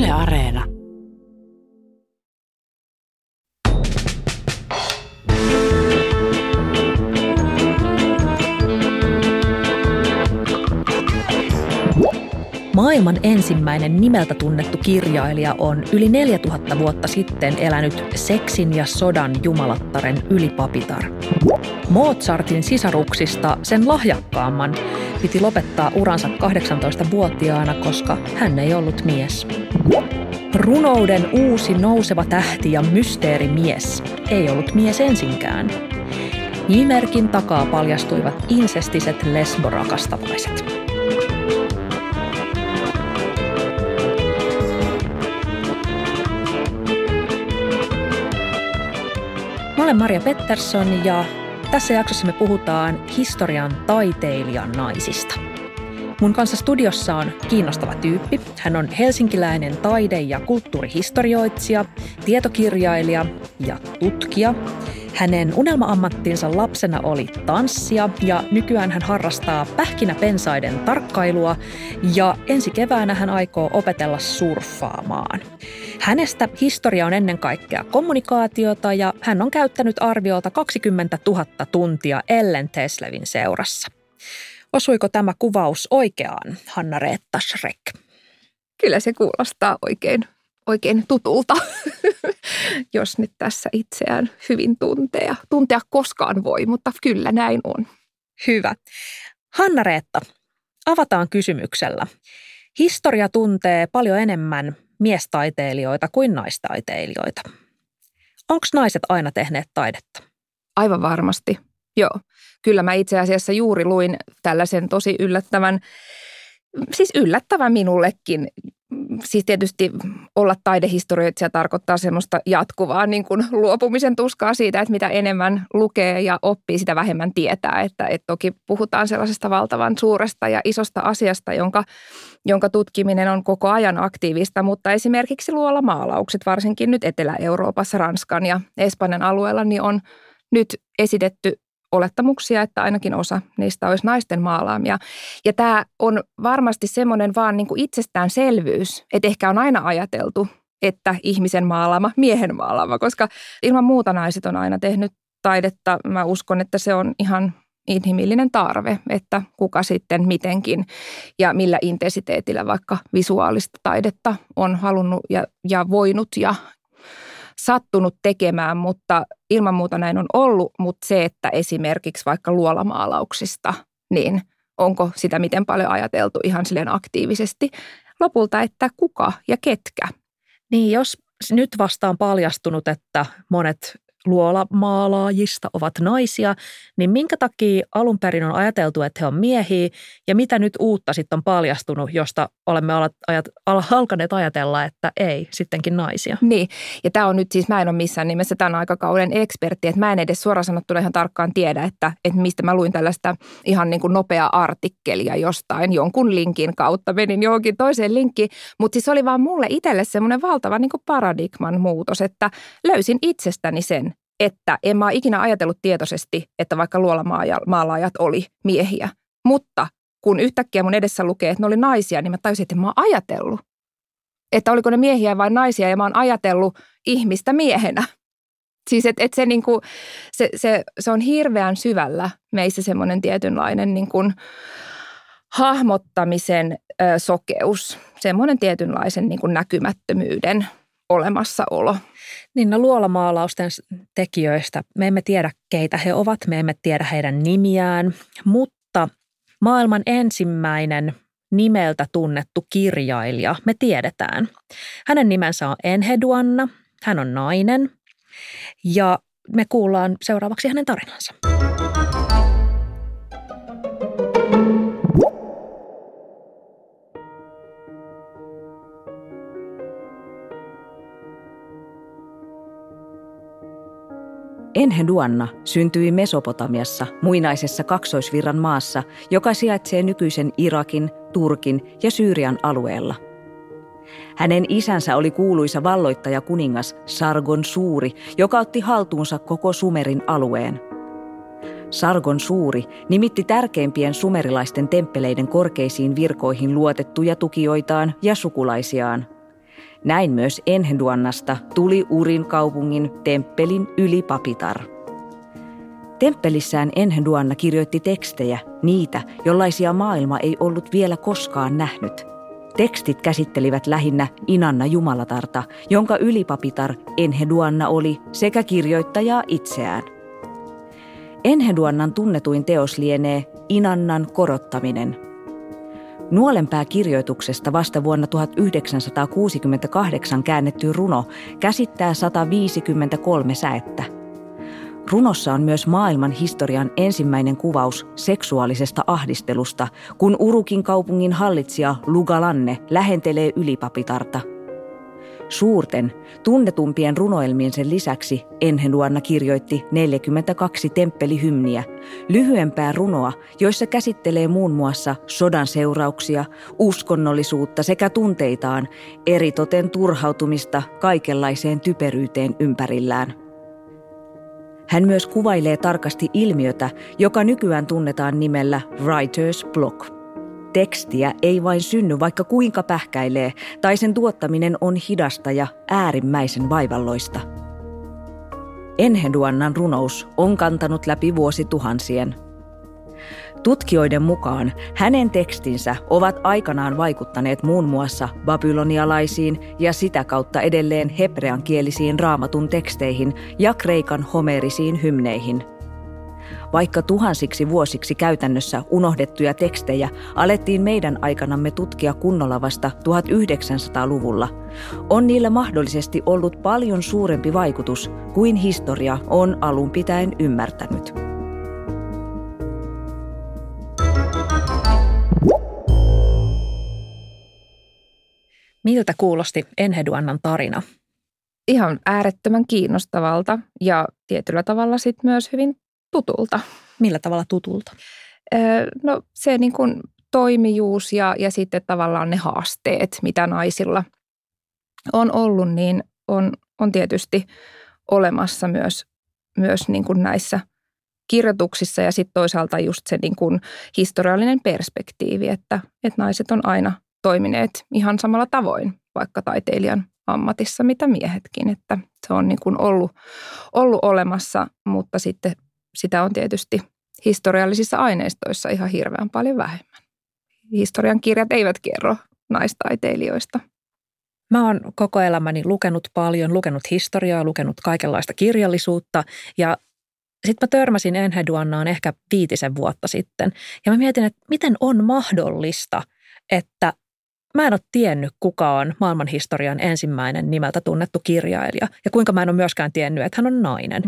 Yle Areena. Maailman ensimmäinen nimeltä tunnettu kirjailija on yli 4000 vuotta sitten elänyt seksin ja sodan jumalattaren ylipapitar. Mozartin sisaruksista sen lahjakkaamman piti lopettaa uransa 18-vuotiaana, koska hän ei ollut mies. Runouden uusi nouseva tähti ja mysteerimies ei ollut mies ensinkään. Nimimerkin takaa paljastuivat insestiset lesborakastavaiset. Mä olen Maria Pettersson ja tässä jaksossa me puhutaan historian taiteilijan naisista. Mun kanssa studiossa on kiinnostava tyyppi. Hän on helsinkiläinen taide- ja kulttuurihistorioitsija, tietokirjailija ja tutkija. Hänen unelma-ammattinsa lapsena oli tanssia ja nykyään hän harrastaa pähkinäpensaiden tarkkailua ja ensi keväänä hän aikoo opetella surffaamaan. Hänestä historia on ennen kaikkea kommunikaatiota ja hän on käyttänyt arviolta 20 000 tuntia Ellen Teslevin seurassa. Osuiko tämä kuvaus oikeaan, Hanna-Reetta Schreck? Kyllä se kuulostaa oikein tutulta, jos nyt tässä itseään hyvin tuntea koskaan voi, mutta kyllä näin on. Hyvä. Hanna-Reetta, avataan kysymyksellä. Historia tuntee paljon enemmän miestaiteilijoita kuin naistaiteilijoita. Onko naiset aina tehneet taidetta? Aivan varmasti, joo. Kyllä mä itse asiassa juuri luin tällaisen tosi yllättävän minullekin. Siis tietysti olla taidehistorioitsija tarkoittaa semmoista jatkuvaa niin kuin luopumisen tuskaa siitä, että mitä enemmän lukee ja oppii, sitä vähemmän tietää. Että toki puhutaan sellaisesta valtavan suuresta ja isosta asiasta, jonka tutkiminen on koko ajan aktiivista, mutta esimerkiksi luolamaalaukset, varsinkin nyt Etelä-Euroopassa, Ranskan ja Espanjan alueella, niin on nyt esitetty olettamuksia, että ainakin osa niistä olisi naisten maalaamia. Ja tämä on varmasti semmoinen vaan niin kuin itsestäänselvyys, että ehkä on aina ajateltu, että ihmisen maalaama, miehen maalaama, koska ilman muuta naiset on aina tehnyt taidetta. Mä uskon, että se on ihan inhimillinen tarve, että kuka sitten mitenkin ja millä intensiteetillä vaikka visuaalista taidetta on halunnut ja voinut ja sattunut tekemään, mutta ilman muuta näin on ollut, mutta se, että esimerkiksi vaikka luolamaalauksista, niin onko sitä miten paljon ajateltu ihan silleen aktiivisesti lopulta, että kuka ja ketkä? Niin, jos nyt vasta on paljastunut, että monet luolamaalaajista ovat naisia, niin minkä takia alun perin on ajateltu, että he on miehiä ja mitä nyt uutta sitten on paljastunut, josta olemme alkaneet ajatella, että ei, sittenkin naisia. Niin, ja tämä on nyt siis, mä en ole missään nimessä tämän aikakauden ekspertti, että mä en edes suoraan sanottuna ihan tarkkaan tiedä, että mistä mä luin tällaista ihan niin kuin nopeaa artikkelia jostain, jonkun linkin kautta, menin johonkin toiseen linkkiin, mutta siis oli vaan mulle itselle semmoinen valtava niin kuin paradigman muutos, että löysin itsestäni sen, että en mä ole ikinä ajatellut tietoisesti, että vaikka luolamaalaajat oli miehiä. Mutta kun yhtäkkiä mun edessä lukee, että ne oli naisia, niin mä tajusin, että en mä oon ajatellut. Että oliko ne miehiä vai naisia ja mä oon ajatellut ihmistä miehenä. Siis että se, niinku, se on hirveän syvällä meissä semmoinen tietynlainen niin kuin hahmottamisen sokeus. Semmoinen tietynlaisen niin kuin näkymättömyyden olemassaolo. Niin, luolamaalausten tekijöistä me emme tiedä, keitä he ovat, me emme tiedä heidän nimiään, mutta maailman ensimmäinen nimeltä tunnettu kirjailija me tiedetään. Hänen nimensä on Enheduanna, hän on nainen ja me kuullaan seuraavaksi hänen tarinansa. Enheduanna syntyi Mesopotamiassa, muinaisessa kaksoisvirran maassa, joka sijaitsee nykyisen Irakin, Turkin ja Syyrian alueella. Hänen isänsä oli kuuluisa valloittaja kuningas Sargon Suuri, joka otti haltuunsa koko Sumerin alueen. Sargon Suuri nimitti tärkeimpien sumerilaisten temppeleiden korkeisiin virkoihin luotettuja tukijoitaan ja sukulaisiaan. Näin myös Enheduannasta tuli Urin kaupungin temppelin ylipapitar. Temppelissään Enheduanna kirjoitti tekstejä, niitä, jollaisia maailma ei ollut vielä koskaan nähnyt. Tekstit käsittelivät lähinnä Inanna jumalatarta, jonka ylipapitar Enheduanna oli, sekä kirjoittajaa itseään. Enheduannan tunnetuin teos lienee Inannan korottaminen. Nuolenpää-kirjoituksesta vasta vuonna 1968 käännetty runo käsittää 153 säettä. Runossa on myös maailman historian ensimmäinen kuvaus seksuaalisesta ahdistelusta, kun Urukin kaupungin hallitsija Lugalanne lähentelee ylipapitarta. Suurten, tunnetumpien runoelmiensa lisäksi Enheduanna kirjoitti 42 temppelihymniä, lyhyempää runoa, joissa käsittelee muun muassa sodan seurauksia, uskonnollisuutta sekä tunteitaan, eritoten turhautumista kaikenlaiseen typeryyteen ympärillään. Hän myös kuvailee tarkasti ilmiötä, joka nykyään tunnetaan nimellä writer's block. Tekstiä ei vain synny, vaikka kuinka pähkäilee, tai sen tuottaminen on hidasta ja äärimmäisen vaivalloista. Enheduannan runous on kantanut läpi vuosituhansien. Tutkijoiden mukaan hänen tekstinsä ovat aikanaan vaikuttaneet muun muassa babylonialaisiin ja sitä kautta edelleen hebreankielisiin raamatun teksteihin ja kreikan homerisiin hymneihin. Vaikka tuhansiksi vuosiksi käytännössä unohdettuja tekstejä alettiin meidän aikanamme tutkia kunnolla vasta 1900-luvulla, on niillä mahdollisesti ollut paljon suurempi vaikutus kuin historia on alun pitäen ymmärtänyt. Miltä kuulosti Enheduannan tarina? Ihan äärettömän kiinnostavalta ja tietyllä tavalla sitten myös hyvin tutulta. Millä tavalla tutulta? No se niin kuin toimijuus ja sitten tavallaan ne haasteet, mitä naisilla on ollut, niin on tietysti olemassa myös niin kuin näissä kirjoituksissa ja sitten toisaalta just se niin kuin historiallinen perspektiivi, että naiset on aina toimineet ihan samalla tavoin, vaikka taiteilijan ammatissa, mitä miehetkin, että se on niin kuin ollut olemassa, mutta sitten sitä on tietysti historiallisissa aineistoissa ihan hirveän paljon vähemmän. Historian kirjat eivät kerro naistaiteilijoista. Mä oon koko elämäni lukenut paljon, lukenut historiaa, lukenut kaikenlaista kirjallisuutta ja sitten mä törmäsin Enheduannaan ehkä 5 vuotta sitten ja mä mietin, että miten on mahdollista, että mä en ole tiennyt, kuka on maailmanhistorian ensimmäinen nimeltä tunnettu kirjailija ja kuinka mä en ole myöskään tiennyt, että hän on nainen.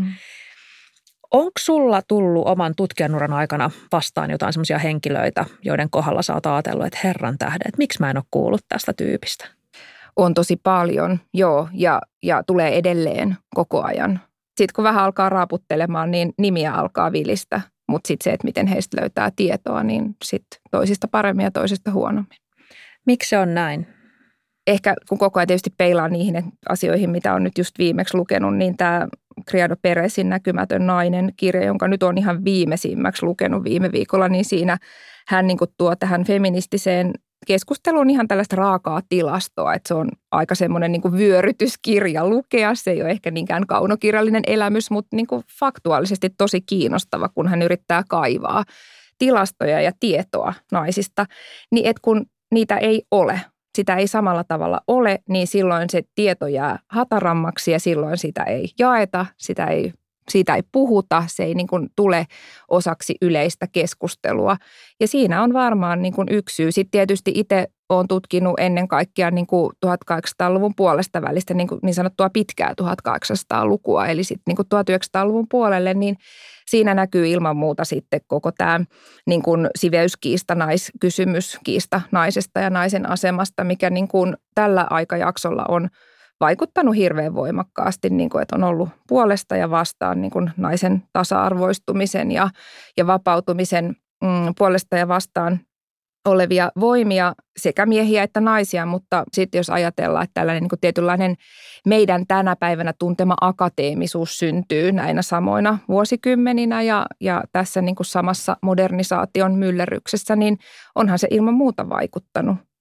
Onko sulla tullut oman tutkijanuran aikana vastaan jotain semmoisia henkilöitä, joiden kohdalla sä oot ajatellut, että herran tähden, että miksi mä en ole kuullut tästä tyypistä? On tosi paljon, joo, ja tulee edelleen koko ajan. Sitten kun vähän alkaa raaputtelemaan, niin nimiä alkaa vilistä, mutta sitten se, että miten heistä löytää tietoa, niin sitten toisista paremmin ja toisista huonommin. Miksi se on näin? Ehkä kun koko ajan tietysti peilaa niihin asioihin, mitä on nyt just viimeksi lukenut, niin tämä Criado Perezin Näkymätön nainen -kirja, jonka nyt on ihan viimeisimmäksi lukenut viime viikolla, niin siinä hän niin kuin tuo tähän feministiseen keskusteluun ihan tällaista raakaa tilastoa, että se on aika semmoinen niin kuin vyörytyskirja lukea. Se ei ole ehkä niinkään kaunokirjallinen elämys, mutta niin kuin faktuaalisesti tosi kiinnostava, kun hän yrittää kaivaa tilastoja ja tietoa naisista, niin että kun niitä ei ole, sitä ei samalla tavalla ole, niin silloin se tieto jää hatarammaksi ja silloin sitä ei jaeta, siitä ei puhuta, se ei niin kuin tule osaksi yleistä keskustelua. Ja siinä on varmaan niin kuin yksi syy. Sitten tietysti itse olen tutkinut ennen kaikkea niin kuin 1800-luvun puolesta välistä niin sanottua pitkää 1800-lukua, eli sitten niin kuin 1900-luvun puolelle, niin siinä näkyy ilman muuta sitten koko tämä niin kuin siveyskiista, naiskysymys, kiista naisesta ja naisen asemasta, mikä niin kuin tällä aikajaksolla on vaikuttanut hirveän voimakkaasti, niin kuin, että on ollut puolesta ja vastaan niin kuin naisen tasa-arvoistumisen ja vapautumisen puolesta ja vastaan olevia voimia, sekä miehiä että naisia, mutta sitten jos ajatellaan, että tällainen niin kuin tietynlainen meidän tänä päivänä tuntema akateemisuus syntyy näinä samoina vuosikymmeninä ja tässä niin kuin samassa modernisaation myllerryksessä, niin onhan se ilman muuta vaikuttanut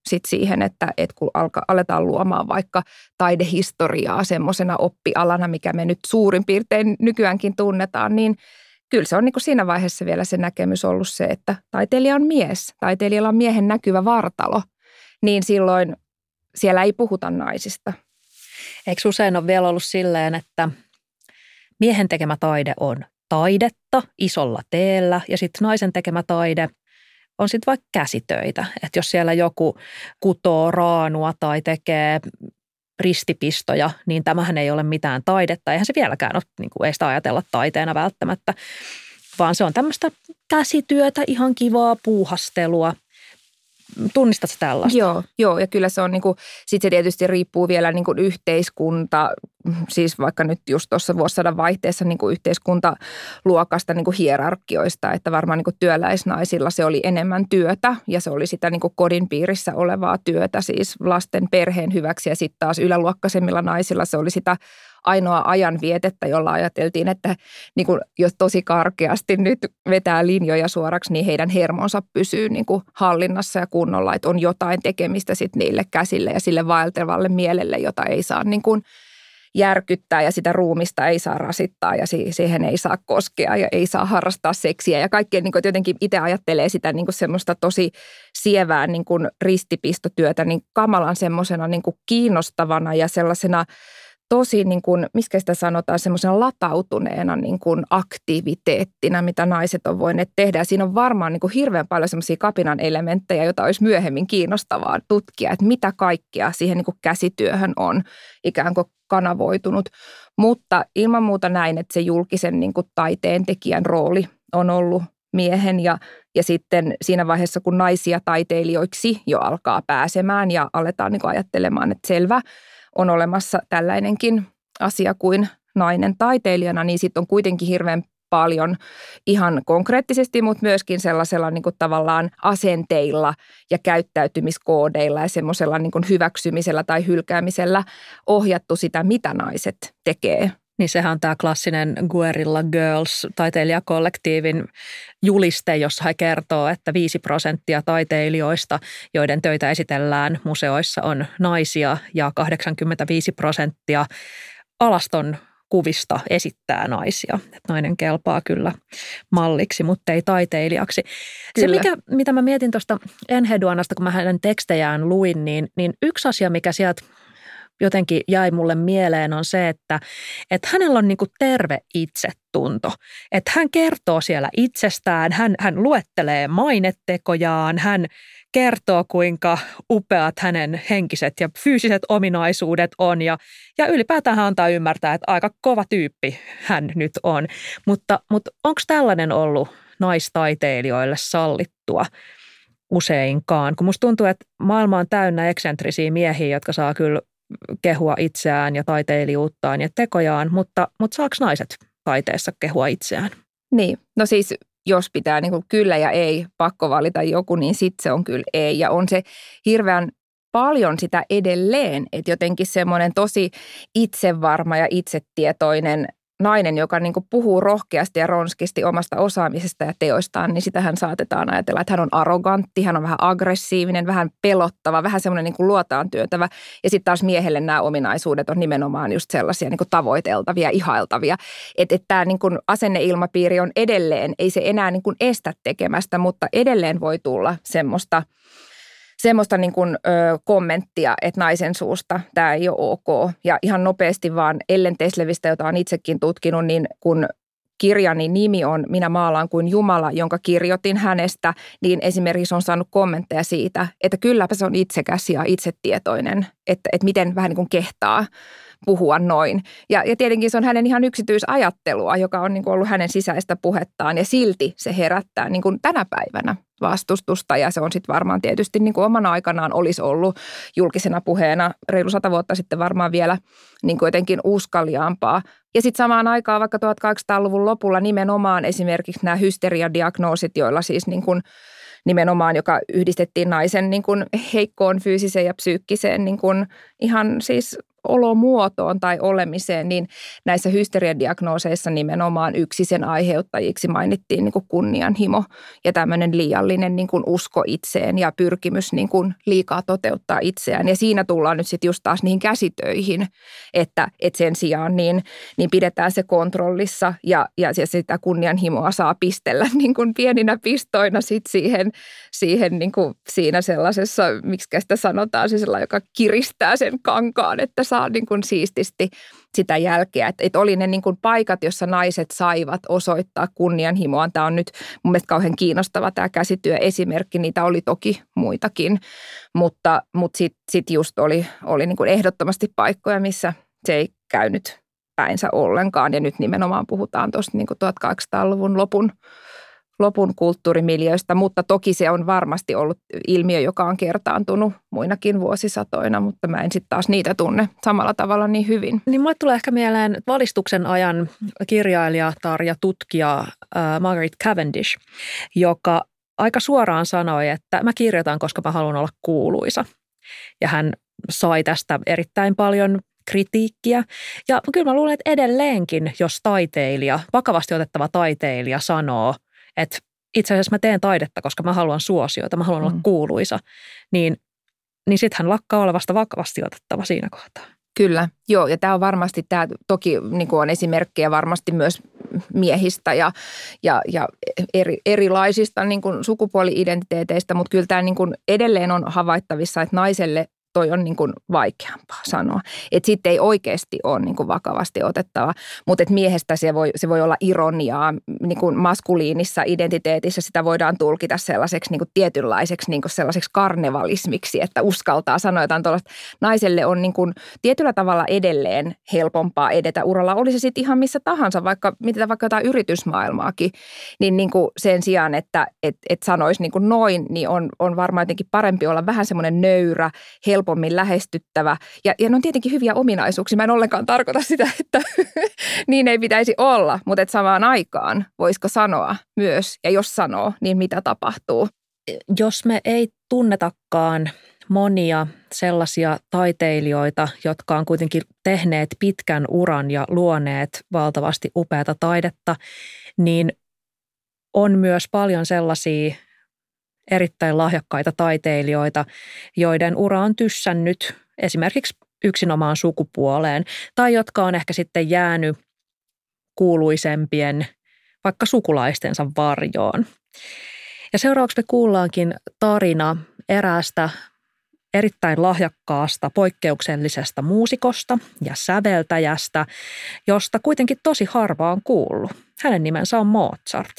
sit siihen, että kun aletaan luomaan vaikka taidehistoriaa semmoisena oppialana, mikä me nyt suurin piirtein nykyäänkin tunnetaan, niin kyllä se on niin kuin siinä vaiheessa vielä se näkemys ollut se, että taiteilija on mies, taiteilijalla on miehen näkyvä vartalo, niin silloin siellä ei puhuta naisista. Eikö usein ole vielä ollut silleen, että miehen tekemä taide on taidetta isolla teellä ja sitten naisen tekemä taide on sitten vaikka käsitöitä. Että jos siellä joku kutoo raanua tai tekee ristipistoja, niin tämähän ei ole mitään taidetta. Eihän se vieläkään ole, niin kuin ei sitä ajatella taiteena välttämättä, vaan se on tämmöistä käsityötä, ihan kivaa puuhastelua. Tunnistatko tällaista? Joo, ja kyllä se on niin kuin, sit se tietysti riippuu vielä niin kuin yhteiskunta, siis vaikka nyt just tuossa vuosisadan vaihteessa niin kuin yhteiskuntaluokasta niin kuin hierarkioista, että varmaan niin kuin työläisnaisilla se oli enemmän työtä ja se oli sitä niin kuin kodin piirissä olevaa työtä, siis lasten perheen hyväksi ja sitten taas yläluokkaisemmilla naisilla se oli sitä ainoa ajanvietettä, jolla ajateltiin, että niin kuin, jos tosi karkeasti nyt vetää linjoja suoraksi, niin heidän hermonsa pysyy niin kuin hallinnassa ja kunnolla, että on jotain tekemistä sitten niille käsille ja sille vaeltelevalle mielelle, jota ei saa niin kuin järkyttää ja sitä ruumista ei saa rasittaa ja siihen ei saa koskea ja ei saa harrastaa seksiä. Ja kaikkea niin kuin jotenkin itse ajattelee sitä niin kuin semmoista tosi sievää niin kuin ristipistotyötä niin kamalan semmoisena niin kuin kiinnostavana ja sellaisena tosi, niin kuin, miskä sitä sanotaan, semmoisena latautuneena niin kuin aktiviteettina, mitä naiset on voineet tehdä. Ja siinä on varmaan niin kuin hirveän paljon semmoisia kapinan elementtejä, joita olisi myöhemmin kiinnostavaa tutkia, että mitä kaikkea siihen niin kuin käsityöhön on ikään kuin kanavoitunut. Mutta ilman muuta näin, että se julkisen niin kuin taiteen tekijän rooli on ollut miehen ja sitten siinä vaiheessa, kun naisia taiteilijoiksi jo alkaa pääsemään ja aletaan niin kuin ajattelemaan, että selvä, on olemassa tällainenkin asia kuin nainen taiteilijana, niin sitten on kuitenkin hirveän paljon ihan konkreettisesti, mutta myöskin sellaisella niin kuin tavallaan asenteilla ja käyttäytymiskoodeilla ja semmoisella niin kuin hyväksymisellä tai hylkäämisellä ohjattu sitä, mitä naiset tekee. Niin sehän on tämä klassinen Guerrilla Girls taiteilijakollektiivin juliste, jossa he kertoo, että 5% taiteilijoista, joiden töitä esitellään museoissa, on naisia ja 85% alaston kuvista esittää naisia. Että nainen kelpaa kyllä malliksi, mutta ei taiteilijaksi. Kyllä. Se, mitä mä mietin tuosta Enheduannasta, kun mä hänen tekstejään luin, niin yksi asia, mikä sieltä jotenkin jäi mulle mieleen on se, että hänellä on niinku terve itsetunto. Että hän kertoo siellä itsestään, hän luettelee mainetekojaan, hän kertoo kuinka upeat hänen henkiset ja fyysiset ominaisuudet on ja ylipäätään hän antaa ymmärtää, että aika kova tyyppi hän nyt on. Mutta onko tällainen ollut naistaiteilijoille sallittua? Useinkaan, kun musta tuntuu, että maailma on täynnä eksentrisiä miehiä, jotka saa kyllä kehua itseään ja taiteilijuuttaan ja tekojaan, mutta saako naiset taiteessa kehua itseään? Niin, no siis jos pitää niin kuin kyllä ja ei pakko valita joku, niin sitten se on kyllä ei. Ja on se hirveän paljon sitä edelleen, että jotenkin semmoinen tosi itsevarma ja itsetietoinen nainen, joka niin kuin puhuu rohkeasti ja ronskisti omasta osaamisesta ja teoistaan, niin sitähän saatetaan ajatella, että hän on arrogantti, hän on vähän aggressiivinen, vähän pelottava, vähän semmoinen niin kuin luotaan työntävä. Ja sitten taas miehelle nämä ominaisuudet on nimenomaan just sellaisia niin kuin tavoiteltavia, ihailtavia. Että tämä niin kuin asenneilmapiiri on edelleen, ei se enää niin kuin estä tekemästä, mutta edelleen voi tulla semmoista niin kuin, kommenttia, että naisen suusta tämä ei ole ok. Ja ihan nopeasti vaan Ellen Teslevistä, jota olen itsekin tutkinut, niin kun kirjani nimi on Minä maalaan kuin Jumala, jonka kirjoitin hänestä, niin esimerkiksi on saanut kommentteja siitä, että kylläpä se on itsekäs ja itsetietoinen, että miten vähän niin kuin kehtaa puhua noin. Ja tietenkin se on hänen ihan yksityisajattelua, joka on niin kuin ollut hänen sisäistä puhettaan ja silti se herättää niin kuin tänä päivänä vastustusta ja se on sitten varmaan tietysti niin kuin omana aikanaan olisi ollut julkisena puheena reilu 100 vuotta sitten varmaan vielä niin kuin jotenkin uskaliaampaa. Ja sitten samaan aikaan vaikka 1800-luvun lopulla nimenomaan esimerkiksi nämä hysteriadiagnoosit, joilla siis niin kuin nimenomaan, joka yhdistettiin naisen niin kuin heikkoon fyysiseen ja psyykkiseen niin kuin ihan siis olomuotoon tai olemiseen, niin näissä hysteriadiagnooseissa nimenomaan yksi sen aiheuttajiksi mainittiin niin kuin kunnianhimo ja tämmöinen liiallinen niin kuin usko itseen ja pyrkimys niin kuin liikaa toteuttaa itseään. Ja siinä tullaan nyt sitten just taas niihin käsitöihin, että sen sijaan niin pidetään se kontrollissa ja sitä kunnianhimoa saa pistellä niin kuin pieninä pistoina sitten siihen niin kuin siinä sellaisessa, miksi sitä sanotaan, se sellainen, joka kiristää sen kankaan, että saa niin kuin siististi sitä jälkeä. Että oli ne niin kuin paikat, jossa naiset saivat osoittaa kunnianhimoa. Tämä on nyt mun mielestä kauhean kiinnostava tämä käsityöesimerkki. Niitä oli toki muitakin, mutta sitten just oli niin kuin ehdottomasti paikkoja, missä se ei käynyt päinsä ollenkaan. Ja nyt nimenomaan puhutaan tuosta niin kuin 1800-luvun lopun kulttuurimiljöistä, mutta toki se on varmasti ollut ilmiö, joka on kertaantunut muinakin vuosisatoina, mutta mä en sitten taas niitä tunne samalla tavalla niin hyvin. Niin mulle tulee ehkä mieleen valistuksen ajan kirjailijatar ja tutkija Margaret Cavendish, joka aika suoraan sanoi, että mä kirjoitan, koska mä haluan olla kuuluisa. Ja hän sai tästä erittäin paljon kritiikkiä. Ja kyllä mä luulen, että edelleenkin, jos taiteilija, vakavasti otettava taiteilija sanoo, että itse asiassa mä teen taidetta, koska mä haluan suosiota, mä haluan olla kuuluisa, niin sitten hän lakkaa olevasta vakavasti otettava siinä kohtaa. Kyllä, joo, ja tämä on varmasti, tämä toki niin kuin on esimerkkejä varmasti myös miehistä ja erilaisista niin kuin sukupuoli-identiteeteistä, mutta kyllä tämä niin kuin edelleen on havaittavissa, että naiselle toi on niin kuin vaikeampaa sanoa. Että sitten ei oikeasti ole niin kuin vakavasti otettava, mutta että miehestä se voi olla ironiaa. Niin kuin maskuliinissa identiteetissä sitä voidaan tulkita sellaiseksi niin kuin tietynlaiseksi niin kuin sellaiseksi karnevalismiksi, että uskaltaa sanoa jotain tuollaista. Naiselle on niin kuin tietyllä tavalla edelleen helpompaa edetä uralla. Oli se sitten ihan missä tahansa, vaikka jotain yritysmaailmaakin, niin kuin sen sijaan, että sanoisi niin kuin noin, niin on varmaan jotenkin parempi olla vähän semmoinen nöyrä, helpommin lähestyttävä. Ja ne on tietenkin hyviä ominaisuuksia. Mä en ollenkaan tarkoita sitä, että niin ei pitäisi olla, mutta että samaan aikaan voisiko sanoa myös, ja jos sanoo, niin mitä tapahtuu? Jos me ei tunnetakaan monia sellaisia taiteilijoita, jotka on kuitenkin tehneet pitkän uran ja luoneet valtavasti upeata taidetta, niin on myös paljon sellaisia erittäin lahjakkaita taiteilijoita, joiden ura on tyssännyt esimerkiksi yksinomaan sukupuoleen tai jotka on ehkä sitten jäänyt kuuluisempien vaikka sukulaistensa varjoon. Ja seuraavaksi me kuullaankin tarina eräästä erittäin lahjakkaasta, poikkeuksellisesta muusikosta ja säveltäjästä, josta kuitenkin tosi harva on kuullut. Hänen nimensä on Mozart.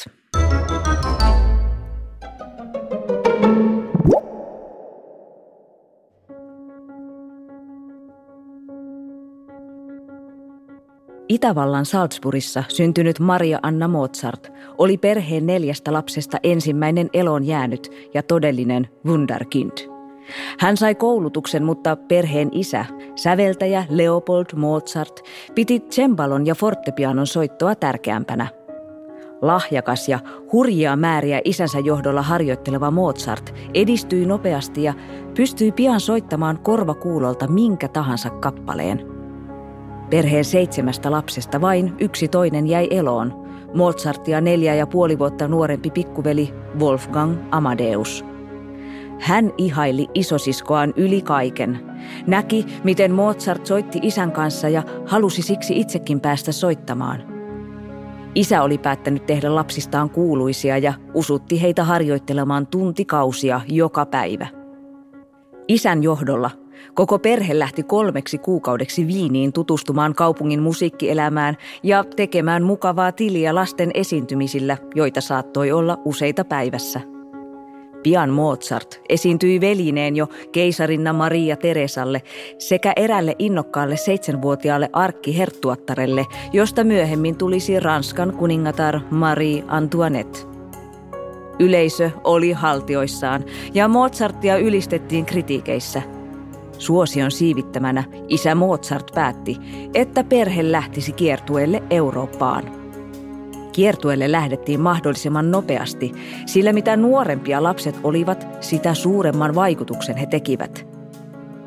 Itävallan Salzburgissa syntynyt Maria Anna Mozart oli perheen 4 lapsesta ensimmäinen eloon jäänyt ja todellinen Wunderkind. Hän sai koulutuksen, mutta perheen isä, säveltäjä Leopold Mozart, piti cembalon ja fortepianon soittoa tärkeämpänä. Lahjakas ja hurjia määriä isänsä johdolla harjoitteleva Mozart edistyi nopeasti ja pystyi pian soittamaan korvakuulolta minkä tahansa kappaleen. Perheen 7 lapsesta vain yksi toinen jäi eloon, Mozartia 4,5 vuotta nuorempi pikkuveli Wolfgang Amadeus. Hän ihaili isosiskoaan yli kaiken. Näki, miten Mozart soitti isän kanssa ja halusi siksi itsekin päästä soittamaan. Isä oli päättänyt tehdä lapsistaan kuuluisia ja usutti heitä harjoittelemaan tuntikausia joka päivä. Isän johdolla koko perhe lähti 3 kuukaudeksi Viiniin tutustumaan kaupungin musiikkielämään ja tekemään mukavaa tiliä lasten esiintymisillä, joita saattoi olla useita päivässä. Pian Mozart esiintyi velineen jo keisarinna Maria Teresalle sekä erälle innokkaalle 7-vuotiaalle arkkiherttuattarelle, josta myöhemmin tulisi Ranskan kuningatar Marie Antoinette. Yleisö oli haltioissaan ja Mozartia ylistettiin kritiikeissä. Suosion siivittämänä isä Mozart päätti, että perhe lähtisi kiertueelle Eurooppaan. Kiertueelle lähdettiin mahdollisimman nopeasti, sillä mitä nuorempia lapset olivat, sitä suuremman vaikutuksen he tekivät.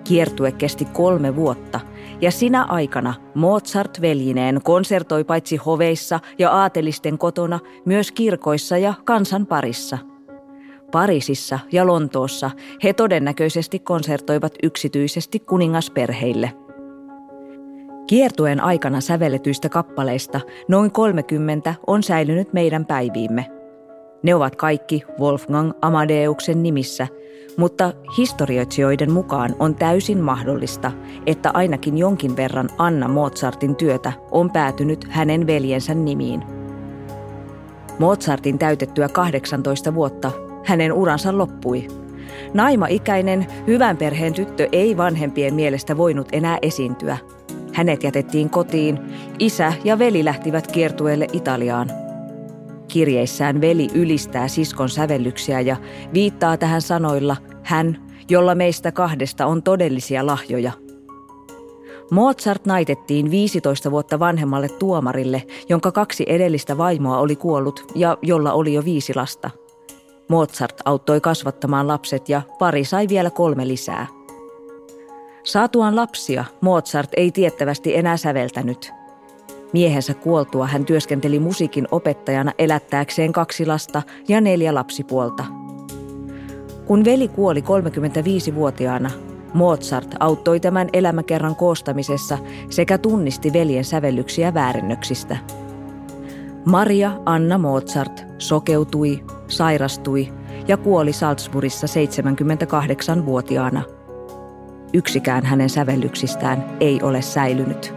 Kiertue kesti 3 vuotta ja sinä aikana Mozart veljineen konsertoi paitsi hoveissa ja aatelisten kotona myös kirkoissa ja kansan parissa. Pariisissa ja Lontoossa he todennäköisesti konsertoivat yksityisesti kuningasperheille. Kiertueen aikana sävelletyistä kappaleista noin 30 on säilynyt meidän päiviimme. Ne ovat kaikki Wolfgang Amadeuksen nimissä, mutta historioitsijoiden mukaan on täysin mahdollista, että ainakin jonkin verran Anna Mozartin työtä on päätynyt hänen veljensä nimiin. Mozartin täytettyä 18 vuotta hänen uransa loppui. Naima-ikäinen, hyvän perheen tyttö ei vanhempien mielestä voinut enää esiintyä. Hänet jätettiin kotiin, isä ja veli lähtivät kiertueelle Italiaan. Kirjeissään veli ylistää siskon sävellyksiä ja viittaa tähän sanoilla hän, jolla meistä 2 on todellisia lahjoja. Mozart naitettiin 15 vuotta vanhemmalle tuomarille, jonka 2 edellistä vaimoa oli kuollut ja jolla oli jo 5 lasta. Mozart auttoi kasvattamaan lapset ja pari sai vielä 3 lisää. Saatuaan lapsia Mozart ei tiettävästi enää säveltänyt. Miehensä kuoltua hän työskenteli musiikin opettajana elättääkseen 2 lasta ja 4 lapsipuolta. Kun veli kuoli 35-vuotiaana, Mozart auttoi tämän elämäkerran koostamisessa sekä tunnisti veljen sävellyksiä väärennöksistä. Maria Anna Mozart sokeutui, sairastui ja kuoli Salzburgissa 78-vuotiaana. Yksikään hänen sävellyksistään ei ole säilynyt.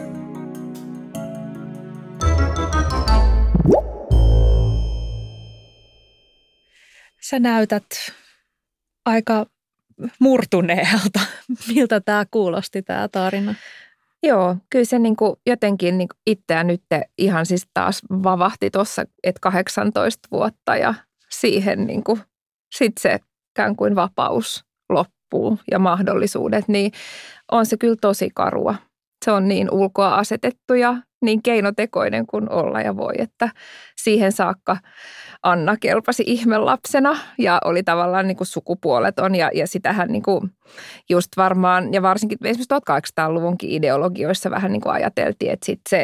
Sä näytät aika murtuneelta. Miltä tämä kuulosti, tämä tarina? Joo, kyllä se jotenkin itseä nyt ihan siis taas vavahti tuossa, että 18 vuotta ja siihen sitten se ikään kuin vapaus loppuu ja mahdollisuudet, niin on se kyllä tosi karua. Se on niin ulkoa asetettu ja niin keinotekoinen kuin olla ja voi, että siihen saakka Anna kelpasi ihmelapsena ja oli tavallaan sukupuoleton ja sitähän just varmaan ja varsinkin esimerkiksi 1800-luvunkin ideologioissa vähän ajateltiin, että sitten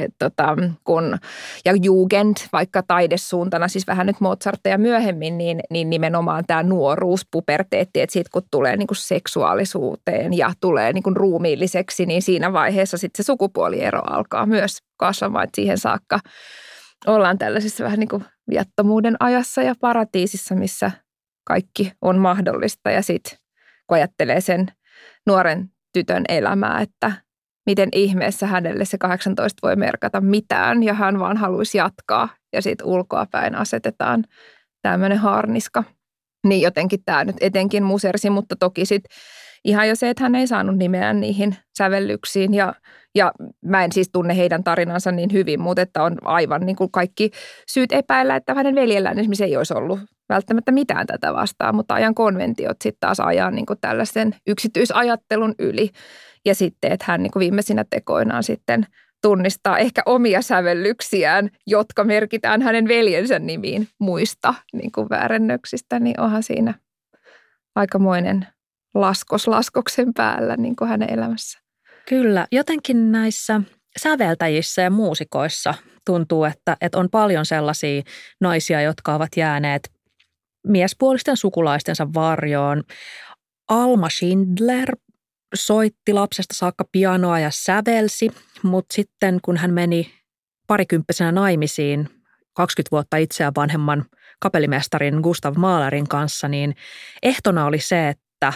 kun ja Jugend, vaikka taidesuuntana, siis vähän nyt Mozartteja myöhemmin, niin nimenomaan tämä nuoruus, puberteetti, että sitten kun tulee seksuaalisuuteen ja tulee ruumiilliseksi, niin siinä vaiheessa sitten se sukupuoliero alkaa myös kasvamaan, että siihen saakka ollaan tällaisessa vähän viattomuuden ajassa ja paratiisissa, missä kaikki on mahdollista ja sitten kun ajattelee sen nuoren tytön elämää, että miten ihmeessä hänelle se 18 voi merkata mitään ja hän vaan haluaisi jatkaa ja sitten ulkoapäin asetetaan tämmöinen haarniska. Niin jotenkin tämä nyt etenkin musersi, mutta toki sitten ihan jo se, että hän ei saanut nimeään niihin sävellyksiin ja mä en siis tunne heidän tarinansa niin hyvin, mutta että on aivan kaikki syyt epäillä, että hänen veljellään esimerkiksi ei olisi ollut välttämättä mitään tätä vastaan, mutta ajan konventiot sitten taas ajaa tällaisen yksityisajattelun yli. Ja sitten, että hän viimeisinä tekoinaan sitten tunnistaa ehkä omia sävellyksiään, jotka merkitään hänen veljensä nimiin muista väärennöksistä, niin onhan siinä aikamoinen laskoksen päällä hänen elämässä. Kyllä, jotenkin näissä säveltäjissä ja muusikoissa tuntuu, että on paljon sellaisia naisia, jotka ovat jääneet miespuolisten sukulaistensa varjoon. Alma Schindler soitti lapsesta saakka pianoa ja sävelsi, mutta sitten kun hän meni parikymppisenä naimisiin 20 vuotta itseään vanhemman kapellimestarin Gustav Mahlerin kanssa, niin ehtona oli se, että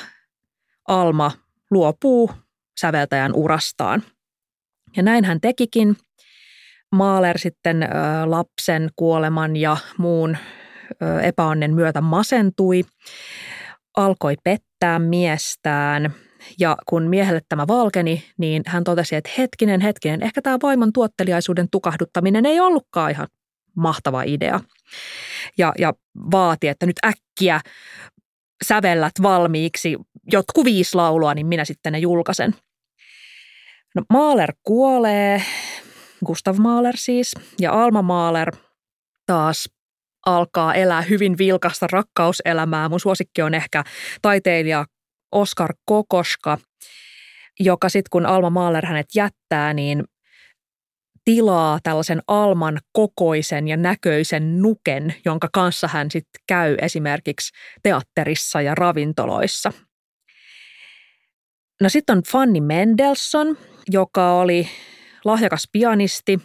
Alma luopuu säveltäjän urastaan. Ja näin hän tekikin. Mahler sitten lapsen kuoleman ja muun epäonnen myötä masentui, alkoi pettää miestään. Ja kun miehelle tämä valkeni, niin hän totesi, että hetkinen, ehkä tämä vaimon tuotteliaisuuden tukahduttaminen ei ollutkaan ihan mahtava idea. Ja vaati, että nyt äkkiä sävellät valmiiksi jotkut 5 laulua, niin minä sitten ne julkaisen. No, Mahler kuolee, Gustav Mahler siis, ja Alma Mahler taas alkaa elää hyvin vilkasta rakkauselämää. Mun suosikki on ehkä taiteilija Oskar Kokoschka, joka sitten kun Alma Mahler hänet jättää, niin tilaa tällaisen Alman kokoisen ja näköisen nuken, jonka kanssa hän sitten käy esimerkiksi teatterissa ja ravintoloissa. No sitten on Fanny Mendelssohn, joka oli lahjakas pianisti.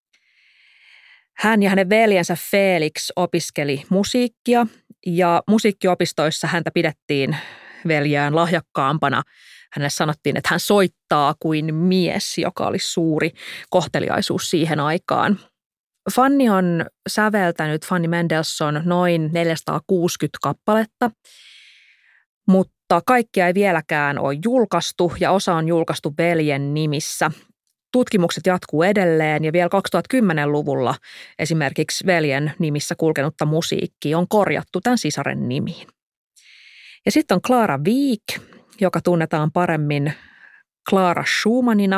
Hän ja hänen veljensä Felix opiskeli musiikkia ja musiikkiopistoissa häntä pidettiin veljään lahjakkaampana. Hänelle sanottiin, että hän soittaa kuin mies, joka oli suuri kohteliaisuus siihen aikaan. Fanny on säveltänyt, Fanny Mendelssohn, noin 460 kappaletta, mutta kaikkia ei vieläkään ole julkaistu ja osa on julkaistu veljen nimissä. Tutkimukset jatkuu edelleen ja vielä 2010-luvulla esimerkiksi veljen nimissä kulkenutta musiikkia on korjattu tämän sisaren nimiin. Ja sitten on Clara Wieck, joka tunnetaan paremmin Clara Schumannina,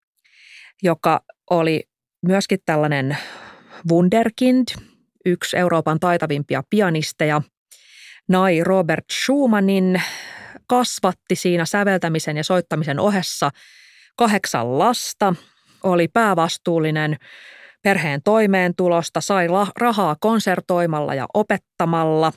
joka oli myöskin tällainen wunderkind, yksi Euroopan taitavimpia pianisteja. Nai Robert Schumannin kasvatti siinä säveltämisen ja soittamisen ohessa 8 lasta, oli päävastuullinen perheen toimeentulosta, sai rahaa konsertoimalla ja opettamalla,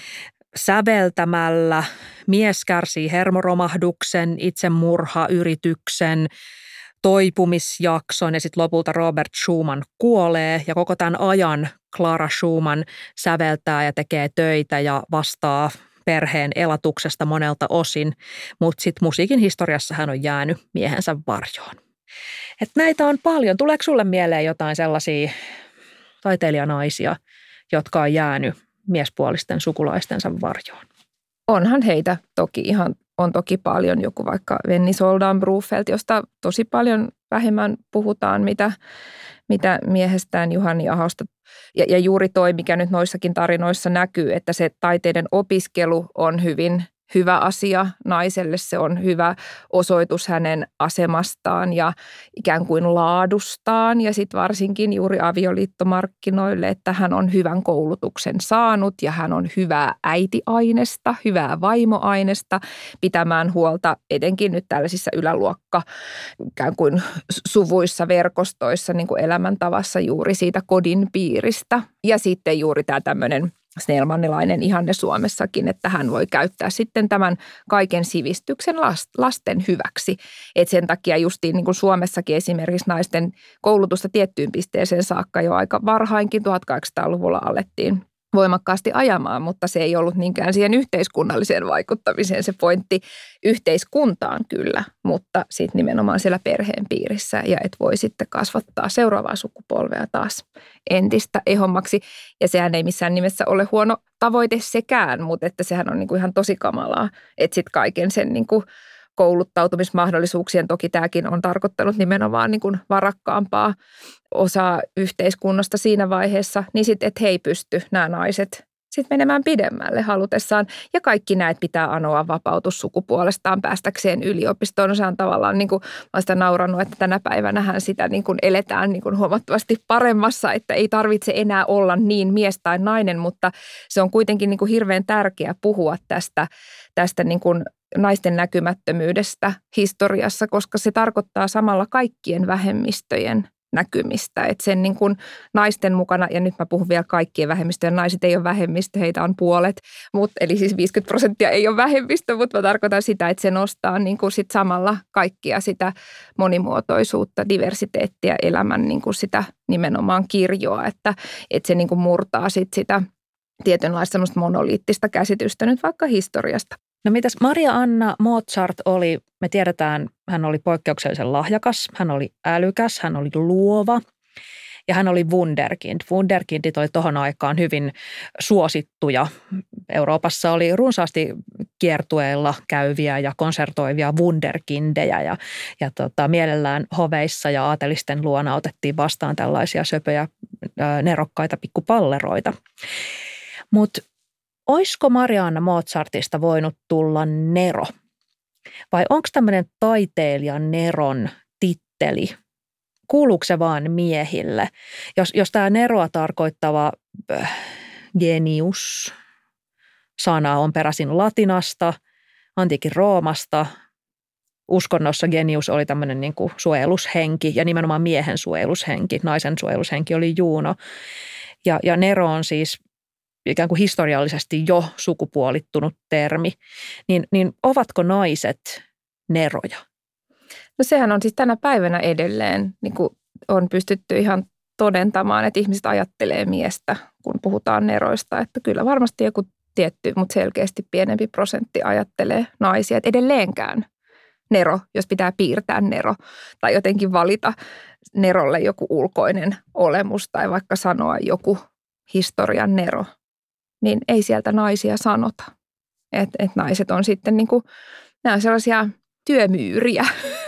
säveltämällä. Mies kärsii hermoromahduksen, itsemurhayrityksen, toipumisjakson ja sitten lopulta Robert Schumann kuolee ja koko tämän ajan Clara Schumann säveltää ja tekee töitä ja vastaa perheen elatuksesta monelta osin, mutta sitten musiikin historiassa hän on jäänyt miehensä varjoon. Et näitä on paljon. Tuleeko sulle mieleen jotain sellaisia taiteilijanaisia, jotka on jäänyt miespuolisten sukulaistensa varjoon? Onhan heitä on toki paljon, joku vaikka Venni Soldan-Brufeld, josta tosi paljon vähemmän puhutaan, mitä miehestään Juhani Ahosta. Ja juuri toi, mikä nyt noissakin tarinoissa näkyy, että se taiteiden opiskelu on hyvin hyvä asia naiselle. Se on hyvä osoitus hänen asemastaan ja ikään kuin laadustaan ja sitten varsinkin juuri avioliittomarkkinoille, että hän on hyvän koulutuksen saanut ja hän on hyvää äitiainesta, hyvää vaimoainesta pitämään huolta etenkin nyt tällaisissa yläluokka ikään kuin suvuissa, verkostoissa, niin kuin elämäntavassa juuri siitä kodin piiristä. Ja sitten juuri tämä tämmöinen snellmanilainen ihanne Suomessakin, että hän voi käyttää sitten tämän kaiken sivistyksen lasten hyväksi. Et sen takia justiin niin kuin Suomessakin esimerkiksi naisten koulutusta tiettyyn pisteeseen saakka jo aika varhainkin 1800-luvulla alettiin voimakkaasti ajamaan, mutta se ei ollut niinkään siihen yhteiskunnalliseen vaikuttamiseen se pointti, yhteiskuntaan kyllä, mutta sitten nimenomaan siellä perheen piirissä ja et voi sitten kasvattaa seuraavaa sukupolvea taas entistä ehommaksi. Ja sehän ei missään nimessä ole huono tavoite sekään, mutta että sehän on niinku ihan tosi kamalaa, että sitten kaiken sen niinku kouluttautumismahdollisuuksien, toki tämäkin on tarkoittanut nimenomaan niin kuin varakkaampaa osaa yhteiskunnasta siinä vaiheessa, niin sitten, että he ei pysty nämä naiset sitten menemään pidemmälle halutessaan. Ja kaikki näet pitää anoa vapautus sukupuolestaan päästäkseen yliopistoon. Se on tavallaan, niin kuin mä sitä naurannut, että tänä päivänähän sitä niin kuin eletään niin kuin huomattavasti paremmassa, että ei tarvitse enää olla niin mies tai nainen, mutta se on kuitenkin niin kuin hirveän tärkeää puhua tästä niin kuin naisten näkymättömyydestä historiassa, koska se tarkoittaa samalla kaikkien vähemmistöjen näkymistä. Että sen niin kuin naisten mukana, ja nyt mä puhun vielä kaikkien vähemmistöjen, naiset ei ole vähemmistö, heitä on puolet, eli siis 50% ei ole vähemmistö, mutta mä tarkoitan sitä, että se nostaa niin kuin sit samalla kaikkia sitä monimuotoisuutta, diversiteettiä, elämän niin kuin sitä nimenomaan kirjoa, että se niin kuin murtaa sitä tietynlaista semmoista monoliittista käsitystä nyt vaikka historiasta. No mitäs Maria Anna Mozart oli, me tiedetään, hän oli poikkeuksellisen lahjakas, hän oli älykäs, hän oli luova ja hän oli wunderkind. Wunderkindit oli tohon aikaan hyvin suosittuja. Euroopassa oli runsaasti kiertueilla käyviä ja konsertoivia wunderkindejä ja mielellään hoveissa ja aatelisten luona otettiin vastaan tällaisia söpöjä, nerokkaita pikkupalleroita. Mutta olisiko Maria-Anna Mozartista voinut tulla Nero? Vai onko tämmöinen taiteilijan Neron titteli? Kuuluuko se vaan miehille? Jos tämä Neroa tarkoittava genius-sana on peräisin latinasta, antiikin Roomasta. Uskonnossa genius oli tämmöinen niin kuin suojelushenki ja nimenomaan miehen suojelushenki. Naisen suojelushenki oli Juno. Ja Nero on siis ikään kuin historiallisesti jo sukupuolittunut termi. Niin ovatko naiset neroja? No sehän on siis tänä päivänä edelleen, niin kuin on pystytty ihan todentamaan, että ihmiset ajattelee miestä, kun puhutaan neroista. Että kyllä varmasti joku tietty, mutta selkeästi pienempi prosentti ajattelee naisia. Että edelleenkään nero, jos pitää piirtää nero tai jotenkin valita nerolle joku ulkoinen olemus tai vaikka sanoa joku historian nero, niin ei sieltä naisia sanota. Et naiset on sitten niin kuin, nämä on sellaisia työmyyriä.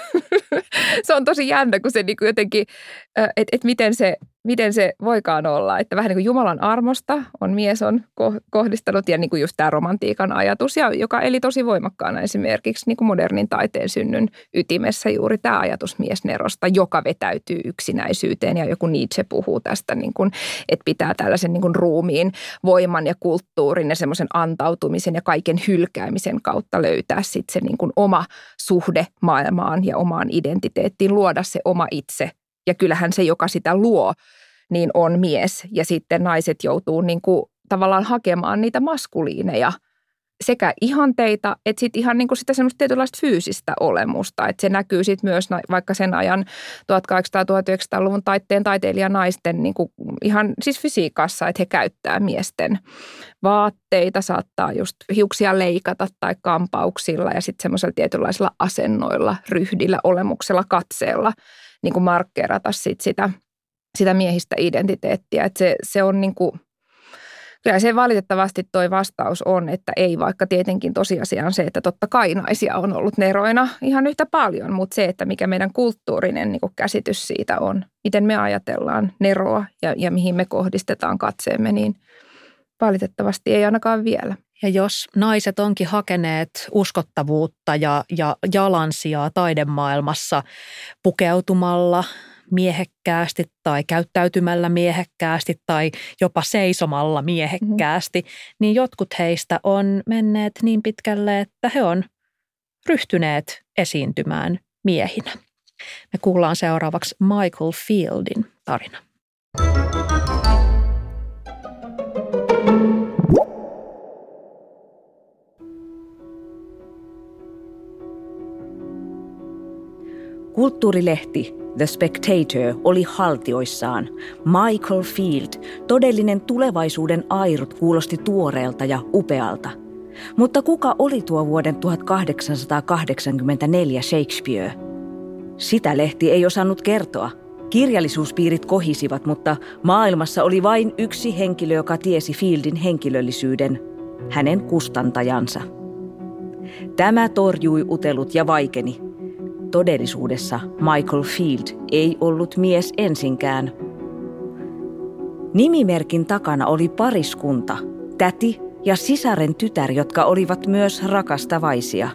Se on tosi jännä, kun se niin kuin jotenkin, että miten se voikaan olla. Että vähän niin kuin Jumalan armosta mies on kohdistanut ja niin kuin just tämä romantiikan ajatus, ja joka eli tosi voimakkaana esimerkiksi niin kuin modernin taiteen synnyn ytimessä juuri tämä ajatus miesnerosta, joka vetäytyy yksinäisyyteen. Ja joku Nietzsche puhuu tästä, niin kuin, että pitää tällaisen niin kuin ruumiin voiman ja kulttuurin ja semmoisen antautumisen ja kaiken hylkäämisen kautta löytää sitten se niin kuin oma suhde maailmaan ja omaan identiteettiin, luoda se oma itse. Ja kyllähän se, joka sitä luo, niin on mies. Ja sitten naiset joutuu niin kuin tavallaan hakemaan niitä maskuliineja, sekä ihanteita, että sitten ihan niin kuin sitä semmoista tietynlaista fyysistä olemusta. Että se näkyy sitten myös vaikka sen ajan 1800-1900-luvun taiteilijanaisten niin kuin ihan siis fysiikassa, että he käyttää miesten vaatteita, saattaa just hiuksia leikata tai kampauksilla ja sitten semmoisella tietynlaisilla asennoilla, ryhdillä, olemuksella, katseella niin kuin markkeerata sitä miehistä identiteettiä. Että se on niin kuin, kyllä se valitettavasti toi vastaus on, että ei, vaikka tietenkin tosiasia on se, että totta kai naisia on ollut neroina ihan yhtä paljon, mutta se, että mikä meidän kulttuurinen niin kuin käsitys siitä on, miten me ajatellaan neroa ja mihin me kohdistetaan katseemme, niin valitettavasti ei ainakaan vielä. Ja jos naiset onkin hakeneet uskottavuutta ja jalansijaa taidemaailmassa pukeutumalla miehekkäästi tai käyttäytymällä miehekkäästi tai jopa seisomalla miehekkäästi, niin jotkut heistä on menneet niin pitkälle, että he on ryhtyneet esiintymään miehinä. Me kuullaan seuraavaksi Michael Fieldin tarina. Kulttuurilehti The Spectator oli haltioissaan. Michael Field, todellinen tulevaisuuden airut, kuulosti tuoreelta ja upealta. Mutta kuka oli tuo vuoden 1884 Shakespeare? Sitä lehti ei osannut kertoa. Kirjallisuuspiirit kohisivat, mutta maailmassa oli vain yksi henkilö, joka tiesi Fieldin henkilöllisyyden, hänen kustantajansa. Tämä torjui utelut ja vaikeni. Todellisuudessa Michael Field ei ollut mies ensinkään. Nimimerkin takana oli pariskunta, täti ja sisaren tytär, jotka olivat myös rakastavaisia.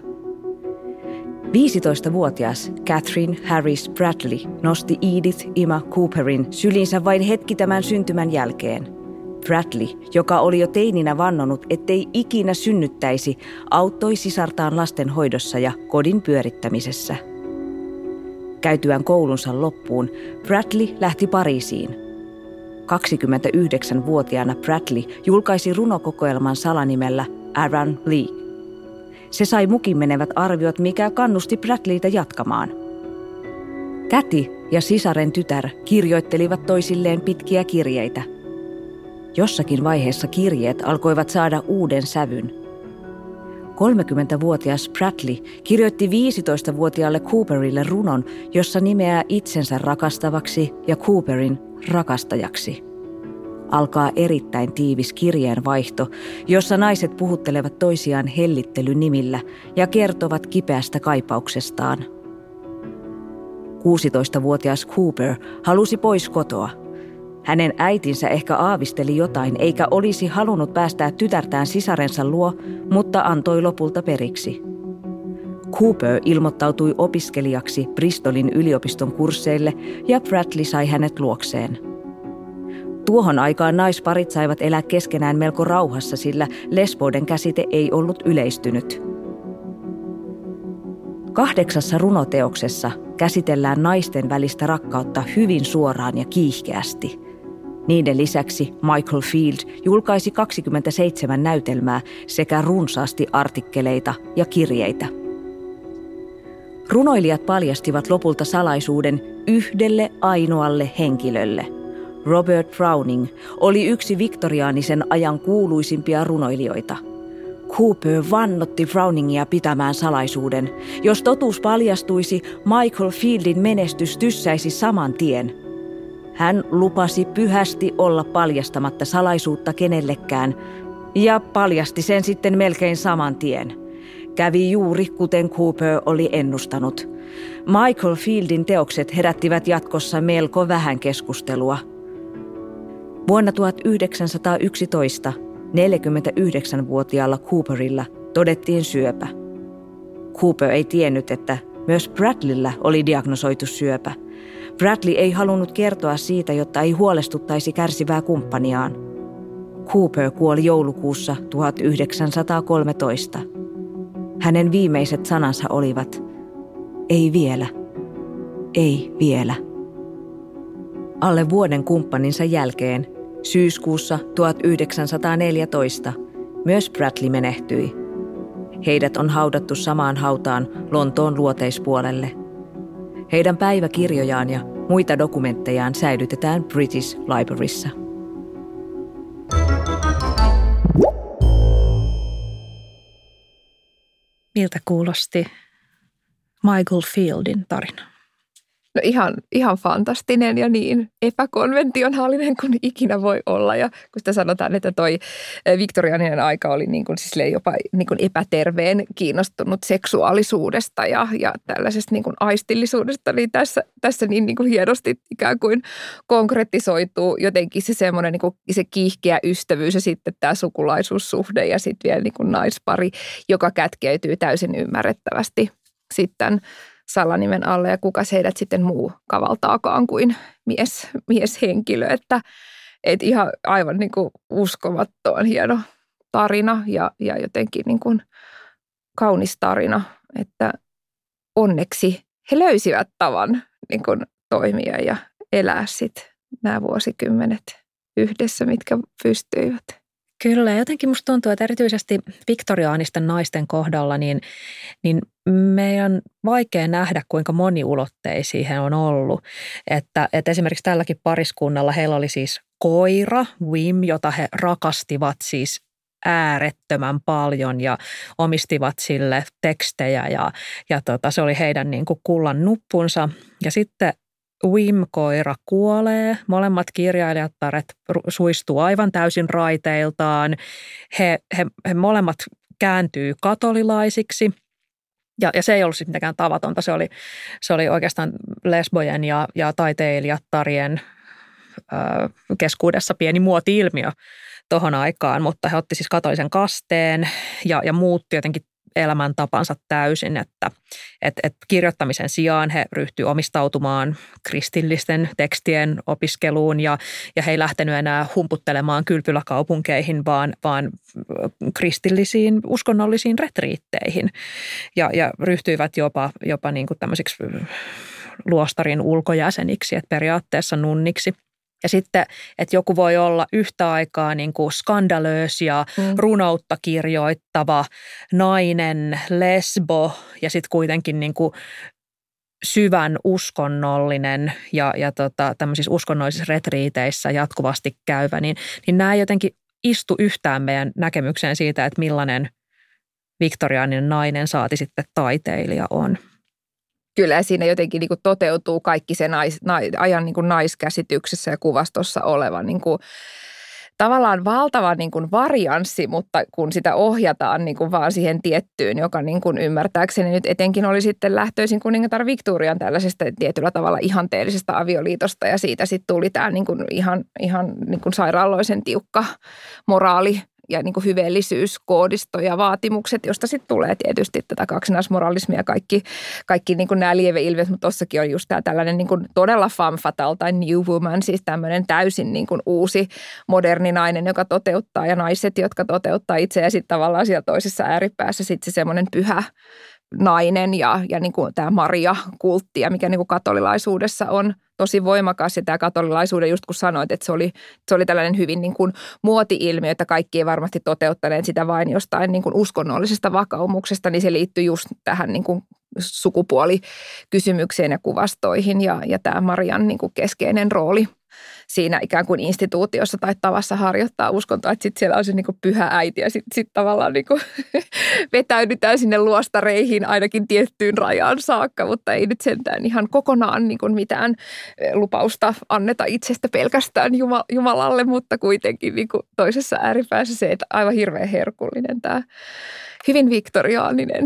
15-vuotias Catherine Harris Bradley nosti Edith Ima Cooperin syliinsä vain hetki tämän syntymän jälkeen. Bradley, joka oli jo teininä vannonut, ettei ikinä synnyttäisi, auttoi sisartaan lastenhoidossa ja kodin pyörittämisessä. Käytyään koulunsa loppuun, Bradley lähti Pariisiin. 29-vuotiaana Bradley julkaisi runokokoelman salanimellä Aaron Lee. Se sai mukinmenevät arviot, mikä kannusti Bradleytä jatkamaan. Täti ja sisaren tytär kirjoittelivat toisilleen pitkiä kirjeitä. Jossakin vaiheessa kirjeet alkoivat saada uuden sävyn. 30-vuotias Bradley kirjoitti 15-vuotiaalle Cooperille runon, jossa nimeää itsensä rakastavaksi ja Cooperin rakastajaksi. Alkaa erittäin tiivis kirjeenvaihto, jossa naiset puhuttelevat toisiaan hellittelynimillä ja kertovat kipeästä kaipauksestaan. 16-vuotias Cooper halusi pois kotoa. Hänen äitinsä ehkä aavisteli jotain eikä olisi halunnut päästää tytärtään sisarensa luo, mutta antoi lopulta periksi. Cooper ilmoittautui opiskelijaksi Bristolin yliopiston kursseille ja Bradley sai hänet luokseen. Tuohon aikaan naisparit saivat elää keskenään melko rauhassa, sillä lesboiden käsite ei ollut yleistynyt. 8 runoteoksessa käsitellään naisten välistä rakkautta hyvin suoraan ja kiihkeästi. Niiden lisäksi Michael Field julkaisi 27 näytelmää sekä runsaasti artikkeleita ja kirjeitä. Runoilijat paljastivat lopulta salaisuuden yhdelle ainoalle henkilölle. Robert Browning oli yksi viktoriaanisen ajan kuuluisimpia runoilijoita. Cooper vannotti Browningia pitämään salaisuuden. Jos totuus paljastuisi, Michael Fieldin menestys tyssäisi saman tien. Hän lupasi pyhästi olla paljastamatta salaisuutta kenellekään ja paljasti sen sitten melkein saman tien. Kävi juuri kuten Cooper oli ennustanut. Michael Fieldin teokset herättivät jatkossa melko vähän keskustelua. Vuonna 1911 49-vuotiaalla Cooperilla todettiin syöpä. Cooper ei tiennyt, että myös Bradleyllä oli diagnosoitu syöpä. Bradley ei halunnut kertoa siitä, jotta ei huolestuttaisi kärsivää kumppaniaan. Cooper kuoli joulukuussa 1913. Hänen viimeiset sanansa olivat, ei vielä, ei vielä. Alle vuoden kumppaninsa jälkeen, syyskuussa 1914, myös Bradley menehtyi. Heidät on haudattu samaan hautaan Lontoon luoteispuolelle. Heidän päiväkirjojaan ja muita dokumenttejaan säilytetään British Libraryssa. Miltä kuulosti Michael Fieldin tarina? No ihan fantastinen ja niin epäkonventionaalinen kuin ikinä voi olla. Ja kun sitä sanotaan, että toi viktoriaaninen aika oli niin kuin, siis jopa niin kuin epäterveen kiinnostunut seksuaalisuudesta ja tällaisesta niin kuin aistillisuudesta, niin tässä niin kuin hienosti ikään kuin konkretisoituu jotenkin se semmoinen niin kuin se kiihkeä ystävyys ja sitten tämä sukulaisuussuhde ja sitten vielä niin kuin naispari, joka kätkeytyy täysin ymmärrettävästi sitten salanimen alle ja kuka heidät sitten muu kavaltaakaan kuin mieshenkilö. Että ihan aivan niin kuin uskomattoman hieno tarina ja jotenkin niin kuin kaunis tarina, että onneksi he löysivät tavan niin kuin toimia ja elää sitten nämä vuosikymmenet yhdessä, mitkä pystyivät. Kyllä, jotenkin musta tuntuu, että erityisesti viktoriaanisten naisten kohdalla niin meidän vaikea nähdä, kuinka moniulotteisia he on ollut. Että esimerkiksi tälläkin pariskunnalla heillä oli siis koira, Wim, jota he rakastivat siis äärettömän paljon ja omistivat sille tekstejä ja se oli heidän niin kuin kullan nuppunsa. Ja sitten Wim-koira kuolee, molemmat kirjailijattaret suistuu aivan täysin raiteiltaan, he molemmat kääntyy katolilaisiksi ja se ei ollut sitten mitenkään tavatonta, se oli oikeastaan lesbojen ja taiteilijattarien keskuudessa pieni muoti-ilmiö tohon aikaan, mutta he otti siis katolisen kasteen ja muutti jotenkin elämäntapansa täysin, että kirjoittamisen sijaan he ryhtyivät omistautumaan kristillisten tekstien opiskeluun ja he ei lähtenyt enää humputtelemaan kylpyläkaupunkeihin, vaan kristillisiin uskonnollisiin retriitteihin ja ryhtyivät jopa niin kuin tämmöisiksi luostarin ulkojäseniksi, että periaatteessa nunniksi. Ja sitten, että joku voi olla yhtä aikaa niin kuin skandalöös ja runoutta kirjoittava nainen, lesbo ja sitten kuitenkin niin kuin syvän uskonnollinen ja tämmöisissä uskonnollisissa retriiteissä jatkuvasti käyvä, niin nämä jotenkin istu yhtään meidän näkemykseen siitä, että millainen viktoriaaninen nainen saati sitten taiteilija on. Kyllä siinä jotenkin niin kuin toteutuu kaikki se ajan niin kuin naiskäsityksessä ja kuvastossa oleva niin kuin, tavallaan valtava niin kuin varianssi, mutta kun sitä ohjataan niin kuin vaan siihen tiettyyn, joka niin kuin ymmärtääkseni nyt etenkin oli sitten lähtöisin kuningatar Victorian tällaisesta tietyllä tavalla ihanteellisesta avioliitosta ja siitä sitten tuli tämä niin kuin ihan niin kuin sairaaloisen tiukka moraali ja niin kuin hyveellisyyskoodisto ja vaatimukset, josta sitten tulee tietysti tätä kaksinaismoralismia ja kaikki niin kuin nämä lieveilmiöt, mutta tossakin on just tämä tällainen niin kuin todella femme fatale tai new woman, siis tämmöinen täysin niin kuin uusi moderni nainen, joka toteuttaa ja naiset, jotka toteuttaa itseään ja sitten tavallaan siellä toisessa ääripäässä sitten se semmoinen nainen ja niin kuin tämä Maria-kultti, mikä niin kuin katolilaisuudessa on tosi voimakas. Ja tämä katolilaisuuden, just kun sanoit, että se oli tällainen hyvin niin kuin muoti-ilmiö, että kaikki ei varmasti toteuttaneet sitä vain jostain niin kuin uskonnollisesta vakaumuksesta, niin se liittyy just tähän niin kuin sukupuolikysymykseen ja kuvastoihin ja tämä Marian niin kuin keskeinen rooli siinä ikään kuin instituutiossa tai tavassa harjoittaa uskontoa, että sitten siellä on se niin kuin pyhä äiti ja sitten tavallaan niin kuin vetäydytään sinne luostareihin ainakin tiettyyn rajaan saakka, mutta ei nyt sentään ihan kokonaan niin kuin mitään lupausta anneta itsestä pelkästään Jumalalle, mutta kuitenkin niin kuin toisessa ääripäässä se, että aivan hirveän herkullinen tämä hyvin viktoriaaninen.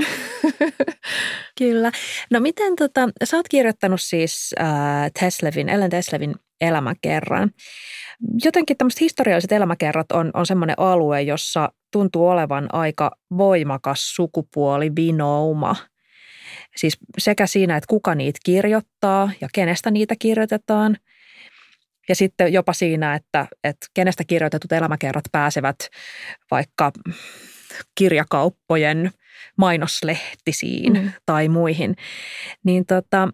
Kyllä. No miten sä oot kirjoittanut siis Ellen Teslevin elämäkerran. Jotenkin tämmöiset historialliset elämäkerrat on semmoinen alue, jossa tuntuu olevan aika voimakas sukupuolivinouma. Siis sekä siinä, että kuka niitä kirjoittaa ja kenestä niitä kirjoitetaan. Ja sitten jopa siinä, että kenestä kirjoitetut elämäkerrat pääsevät vaikka kirjakauppojen mainoslehtisiin tai muihin. Niin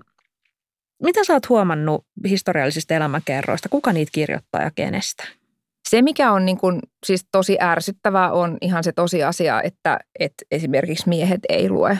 mitä sä oot huomannut historiallisista elämäkerroista? Kuka niitä kirjoittaa ja kenestä? Se, mikä on niin kun, siis tosi ärsyttävää, on ihan se tosiasia, että esimerkiksi miehet ei lue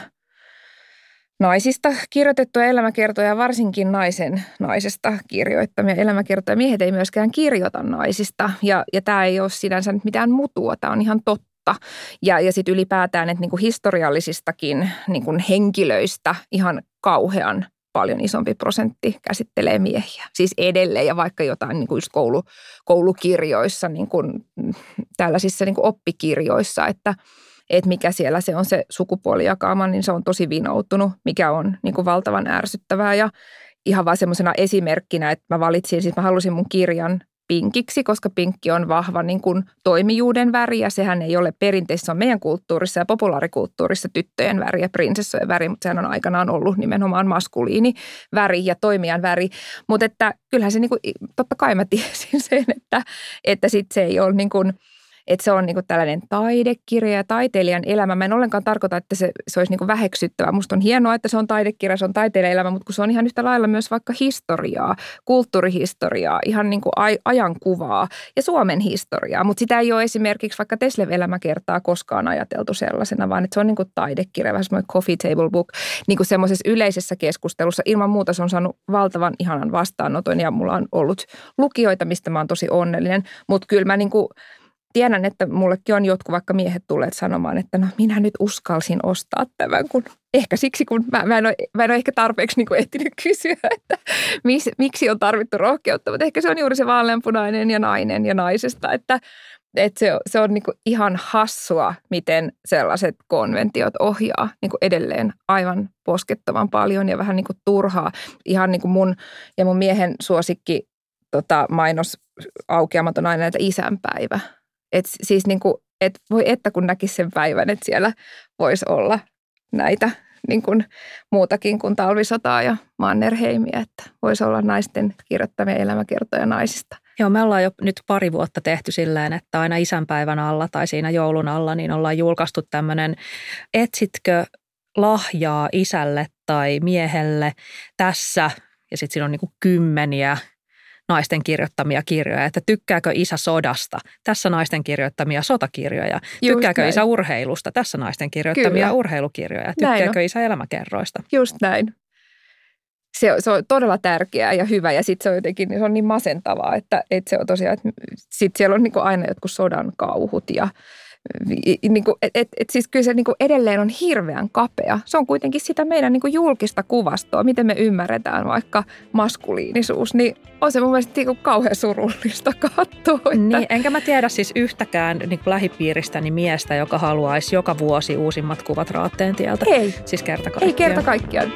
naisista kirjoitettuja elämäkertoja, varsinkin naisesta kirjoittamia elämäkertoja. Miehet ei myöskään kirjoita naisista ja tämä ei ole sinänsä mitään mutua, tämä on ihan totta. Ja sitten ylipäätään, että niin kuin historiallisistakin niin kuin henkilöistä ihan kauhean paljon isompi prosentti käsittelee miehiä. Siis edelleen ja vaikka jotain niin kuin just koulukirjoissa, niin kuin tällaisissa niin kuin oppikirjoissa, että mikä siellä se on se sukupuolijakauma, niin se on tosi vinoutunut, mikä on niin kuin valtavan ärsyttävää. Ja ihan vaan semmoisena esimerkkinä, että mä halusin mun kirjan pinkiksi, koska pinkki on vahva niin kuin toimijuuden väri ja sehän ei ole perinteisesti, se on meidän kulttuurissa ja populaarikulttuurissa tyttöjen väri ja prinsessojen väri, mutta sehän on aikanaan ollut nimenomaan maskuliini väri ja toimijan väri. Mutta että kyllähän se niin kuin, totta kai mä tiesin sen, että sitten se ei ole niin kuin, että se on niin kuin tällainen taidekirja ja taiteilijan elämä. Mä en ollenkaan tarkoita, että se olisi niin kuin väheksyttävää. Musta on hienoa, että se on taidekirja, se on taiteilijan elämä, mutta kun se on ihan yhtä lailla myös vaikka historiaa, kulttuurihistoriaa, ihan niin kuin ajankuvaa ja Suomen historiaa. Mutta sitä ei ole esimerkiksi vaikka Teslev-elämäkertaa koskaan ajateltu sellaisena, vaan että se on niin kuin taidekirja, vähän semmoinen coffee table book, niin kuin semmoisessa yleisessä keskustelussa. Ilman muuta se on saanut valtavan ihanan vastaanoton ja mulla on ollut lukijoita, mistä mä oon tosi onnellinen. Mutta kyllä mä niin kuin tiedän, että mullekin on jotkut vaikka miehet tulleet sanomaan, että no minä nyt uskalsin ostaa tämän, kun ehkä siksi, kun mä en ole ehkä tarpeeksi niin kuin ehtinyt kysyä, että miksi on tarvittu rohkeutta, mutta ehkä se on juuri se vaaleanpunainen ja nainen ja naisesta, että se on niin kuin ihan hassua, miten sellaiset konventiot ohjaa niin kuin edelleen aivan poskettavan paljon ja vähän niin kuin turhaa. Ihan niin kuin mun ja mun miehen suosikki mainos aukeamaton aina, että isänpäivä. Et siis niin kuin, et voi että kun näkisi sen päivän, että siellä voisi olla näitä niin kuin muutakin kuin talvisotaa ja Mannerheimia, että voisi olla naisten kirjoittamia elämäkertoja naisista. Joo, me ollaan jo nyt pari vuotta tehty silleen, että aina isänpäivän alla tai siinä joulun alla niin ollaan julkaistu tämmöinen etsitkö lahjaa isälle tai miehelle tässä ja sitten siinä on niin kuin 10 naisten kirjoittamia kirjoja, että tykkääkö isä sodasta, tässä naisten kirjoittamia sotakirjoja, tykkääkö isä urheilusta, tässä naisten kirjoittamia urheilukirjoja, tykkääkö isä elämäkerroista. Just näin. Se on todella tärkeää ja hyvä ja sitten se on jotenkin se on niin masentavaa, että se on tosiaan, että sitten siellä on niin kuin aina jotkut sodan kauhut ja niin kuin, siis kyllä se niin kuin edelleen on hirveän kapea. Se on kuitenkin sitä meidän niin kuin julkista kuvastoa, miten me ymmärretään vaikka maskuliinisuus, niin on se mun mielestä niin kuin kauhean surullista katsoa. Että niin, enkä mä tiedä siis yhtäkään niin kuin lähipiiristäni miestä, joka haluaisi joka vuosi uusimmat kuvat Raatteen tieltä. Ei. Siis kerta kaikkiaan. Ei kerta kaikkiaan.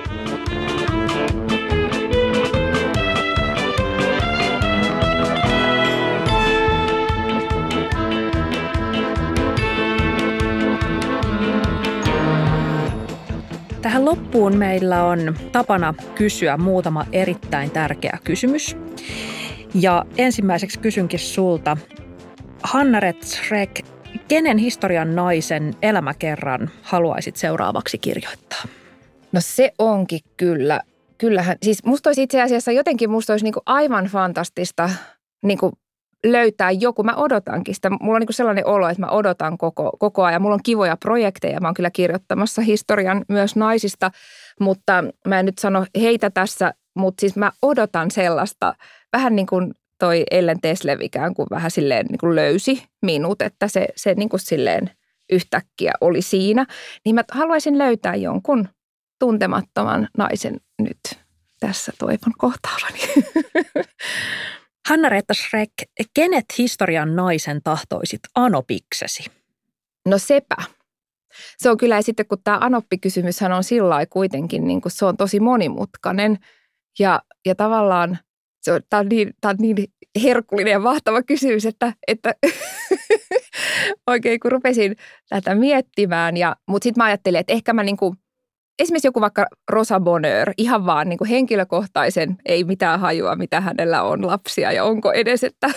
Tähän loppuun meillä on tapana kysyä muutama erittäin tärkeä kysymys. Ja ensimmäiseksi kysynkin sulta, Hanna Retzschreck, kenen historian naisen elämäkerran haluaisit seuraavaksi kirjoittaa? No se onkin kyllä. Kyllähän, siis musta olisi itse asiassa jotenkin niinku aivan fantastista niinku löytää joku. Mä odotankin sitä. Mulla on niinku sellainen olo, että mä odotan koko ajan. Mulla on kivoja projekteja. Mä oon kyllä kirjoittamassa historian myös naisista, mutta mä en nyt sano heitä tässä, mutta siis mä odotan sellaista vähän niin kuin toi Ellen Teslev ikään kuin vähän silleen niin kuin löysi minut, että se niin kuin silleen yhtäkkiä oli siinä. Niin mä haluaisin löytää jonkun tuntemattoman naisen nyt tässä toivon kohtaallani. Hanna-Reetta Schreck, kenet historian naisen tahtoisit anopiksesi? No sepä. Se on kyllä, ja sitten kun tämä anoppikysymyshän on sillä lailla kuitenkin, niin kuin se on tosi monimutkainen ja tavallaan tämä on niin herkullinen ja mahtava kysymys, että oikein kun rupesin tätä miettimään, mutta sitten mä ajattelin, että ehkä mä niin kuin, esimerkiksi joku vaikka Rosa Bonheur, ihan vaan niin kuin henkilökohtaisen, ei mitään hajua, mitä hänellä on lapsia ja onko edes, että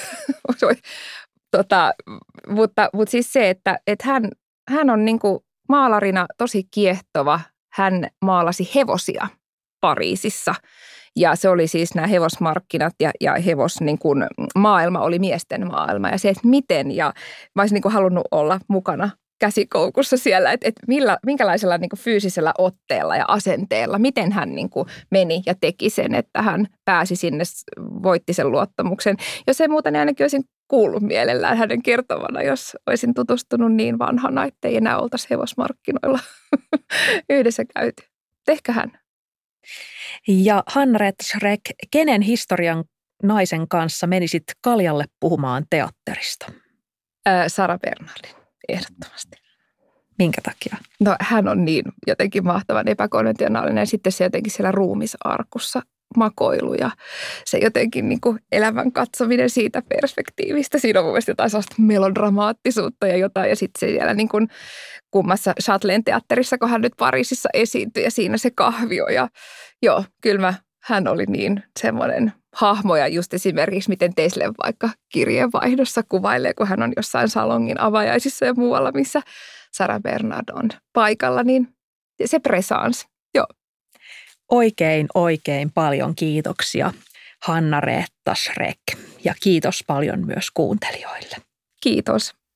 mutta siis se, että hän on niin kuin maalarina tosi kiehtova. Hän maalasi hevosia Pariisissa ja se oli siis nämä hevosmarkkinat ja niin kuin maailma oli miesten maailma ja se, että miten ja mä olisin niin kuin halunnut olla mukana käsikoukussa siellä, että minkälaisella niin kuin fyysisellä otteella ja asenteella, miten hän niin kuin meni ja teki sen, että hän pääsi sinne, voitti sen luottamuksen. Jos ei muuta, niin ainakin olisin kuullut mielellään hänen kertomana, jos olisin tutustunut niin vanhana, ettei enää oltaisi hevosmarkkinoilla yhdessä käyty. Tehkö hän? Ja Hanna-Reetta Schreck, kenen historian naisen kanssa menisit kaljalle puhumaan teatterista? Sarah Bernhardin, ehdottomasti. Minkä takia? No hän on niin jotenkin mahtavan epäkonventionaalinen ja sitten se jotenkin siellä ruumisarkussa makoilu ja se jotenkin niin kuin elämän katsominen siitä perspektiivistä. Siinä on mun mielestä jotain sellaista melodramaattisuutta ja jotain ja sitten se siellä niin kuin kummassa Châtelet teatterissa, kun hän nyt Pariisissa esiintyi ja siinä se kahvio ja joo, kyllä hän oli niin semmoinen hahmo ja just esimerkiksi miten Teslev vaikka kirjeenvaihdossa kuvailee, kun hän on jossain salongin avajaisissa ja muualla, missä Sarah Bernhard on paikalla, niin se presence, joo. Oikein paljon kiitoksia Hanna-Reetta Schreck ja kiitos paljon myös kuuntelijoille. Kiitos.